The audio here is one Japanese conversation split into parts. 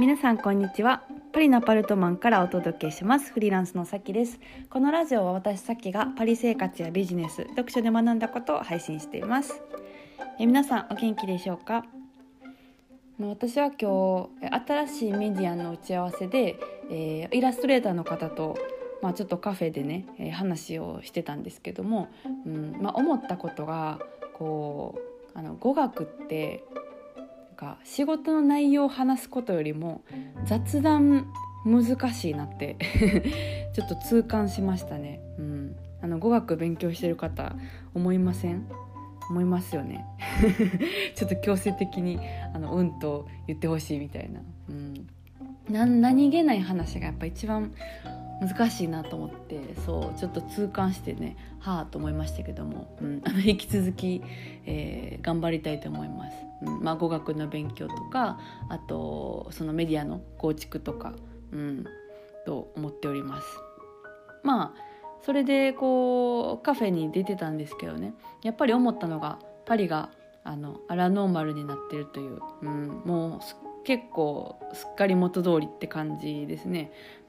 皆さんこんにちは。パリのアパルトマンからお届けします。フリーランスのさきです。このラジオは私さきがパリ生活やビジネス、読書で学んだことを配信しています。皆さんお元気でしょうか？私は今日新しいメディアの打ち合わせで、イラストレーターの方と、ちょっとカフェでね、話をしてたんですけども、思ったことが語学って仕事の内容を話すことよりも雑談難しいなってちょっと痛感しましたね。語学勉強してる方思いません？思いますよねちょっと強制的にと言ってほしいみたいな、何気ない話がやっぱ一番難しいなと思って、そうちょっと痛感してね、はぁと思いましたけども、引き続き、頑張りたいと思います。語学の勉強とか、あとそのメディアの構築とか、と思っております。それでカフェに出てたんですけどね、やっぱり思ったのがパリがアラノーマルになってるという、もう結構すっかり元通りって感じですね。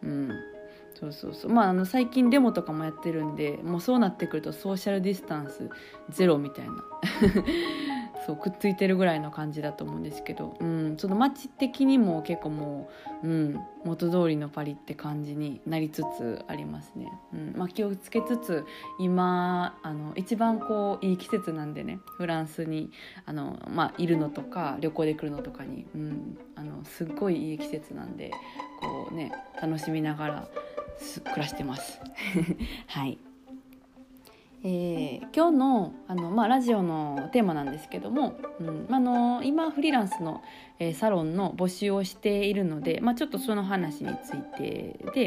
そう最近デモとかもやってるんで、もうそうなってくるとソーシャルディスタンスゼロみたいなそうくっついてるぐらいの感じだと思うんですけど、その街的にも結構もう、元通りのパリって感じになりつつありますね。気をつけつつ今一番いい季節なんでね、フランスにいるのとか旅行で来るのとかに、すっごいいい季節なんで楽しみながら暮らしてますはい。今日のラジオのテーマなんですけども、今フリーランスの、サロンの募集をしているので、ちょっとその話についてで、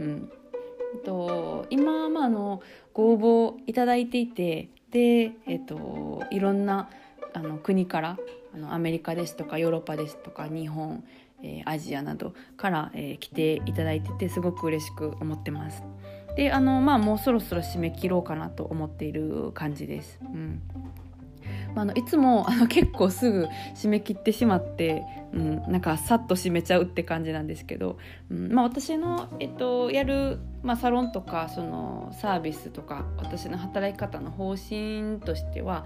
今、ご応募いただいていて、で、いろんな国からアメリカですとかヨーロッパですとか日本、アジアなどから、来ていただいてて、すごく嬉しく思ってます。でもうそろそろ締め切ろうかなと思っている感じです。いつも結構すぐ締め切ってしまって、さっと締めちゃうって感じなんですけど、私の、やる、サロンとかそのサービスとか私の働き方の方針としては、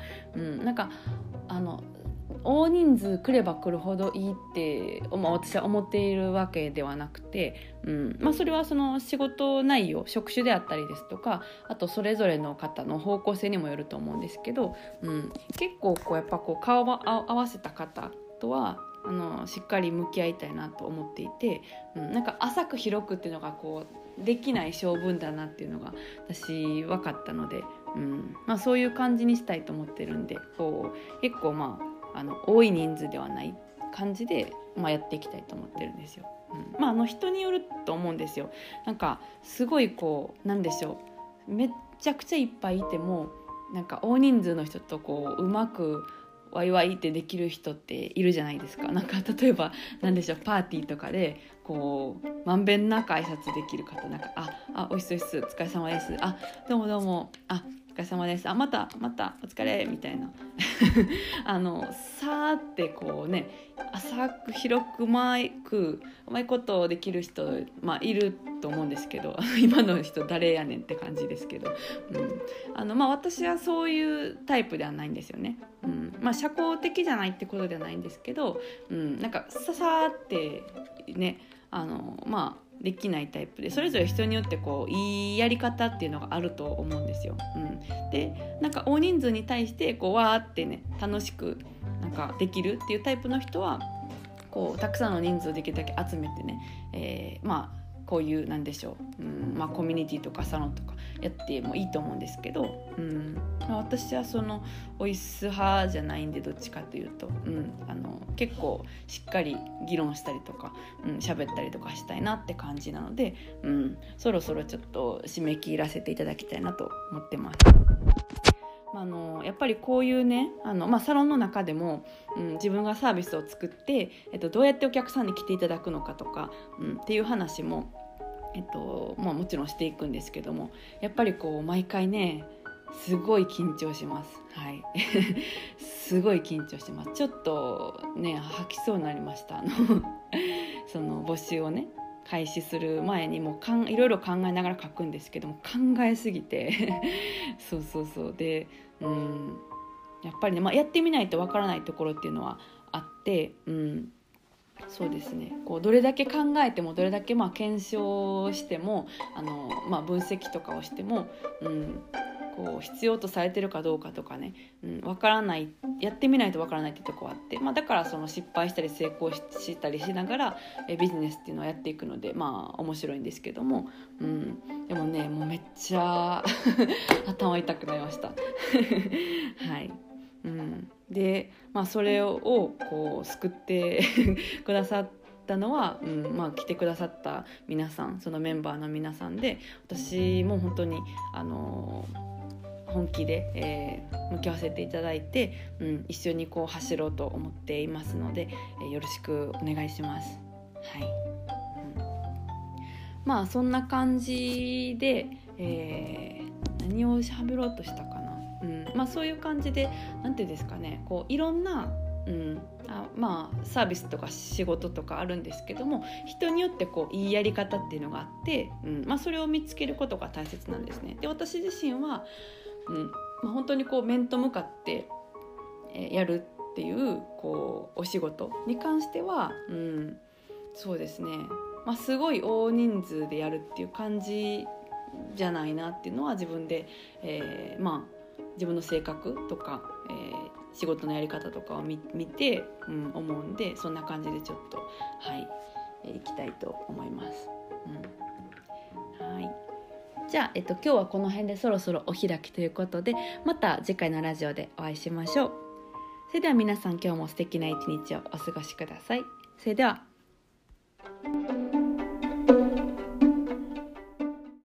大人数来れば来るほどいいって、私は思っているわけではなくて、それはその仕事内容、職種であったりですとか、あとそれぞれの方の方向性にもよると思うんですけど、結構やっぱ顔を合わせた方とはしっかり向き合いたいなと思っていて、浅く広くっていうのができない性分だなっていうのが私分かったので、そういう感じにしたいと思ってるんで、結構多い人数ではない感じで、やっていきたいと思ってるんですよ。人によると思うんですよ。すごいなんでしょう、めっちゃくちゃいっぱいいても大人数の人とうまくワイワイってできる人っているじゃないですか。例えばなんでしょう、パーティーとかでまんべんなく挨拶できる方、おいしそうです、お疲れ様です、どうもどうも、お疲れ様です、またお疲れみたいなさーって浅く広くうまいことできる人、いると思うんですけど今の人誰やねんって感じですけど、私はそういうタイプではないんですよね。社交的じゃないってことではないんですけど、ささーってねできないタイプで、それぞれ人によっていいやり方っていうのがあると思うんですよ。で大人数に対してわーってね楽しくできるっていうタイプの人はたくさんの人数できるだけ集めてね、こういうなんでしょう、コミュニティとかサロンとかやってもいいと思うんですけど、私はそのオイス派じゃないんで、どっちかというと、結構しっかり議論したりとか喋ったりとかしたいなって感じなので、そろそろちょっと締め切らせていただきたいなと思ってます。やっぱりこういうねサロンの中でも、自分がサービスを作って、どうやってお客さんに来ていただくのかとか、っていう話も、もちろんしていくんですけども、やっぱり毎回ねすごい緊張します。はいすごい緊張してます。ちょっとね吐きそうになりましたその募集をね開始する前にもういろいろ考えながら書くんですけども、考えすぎてそうで、やっぱりね、やってみないとわからないところっていうのはあって、そうですね、こうどれだけ考えてもどれだけ検証しても分析とかをしても、こう必要とされてるかどうかとかね、わからない、やってみないとわからないってとこはあって、だからその失敗したり成功したりしながらビジネスっていうのをやっていくので面白いんですけども、でもねもうめっちゃ頭痛くなりましたはい、で、それをこう救ってくださったのは、来てくださった皆さん、そのメンバーの皆さんで、私も本当に本気で、向き合わせていただいて、一緒にこう走ろうと思っていますので、よろしくお願いします。はい、そんな感じで、何を喋ろうとしたかな、そういう感じでなんていうんですかね、こういろんなサービスとか仕事とかあるんですけども、人によってこういいやり方っていうのがあって、それを見つけることが大切なんですね。で、私自身は、本当にこう面と向かってやるっていうこうお仕事に関しては、そうですね、すごい大人数でやるっていう感じじゃないなっていうのは自分で、自分の性格とか、仕事のやり方とかを見て、思うんで、そんな感じでちょっといきたいと思います。はい、じゃあ、今日はこの辺でそろそろお開きということで、また次回のラジオでお会いしましょう。それでは皆さん、今日も素敵な一日をお過ごしください。それでは。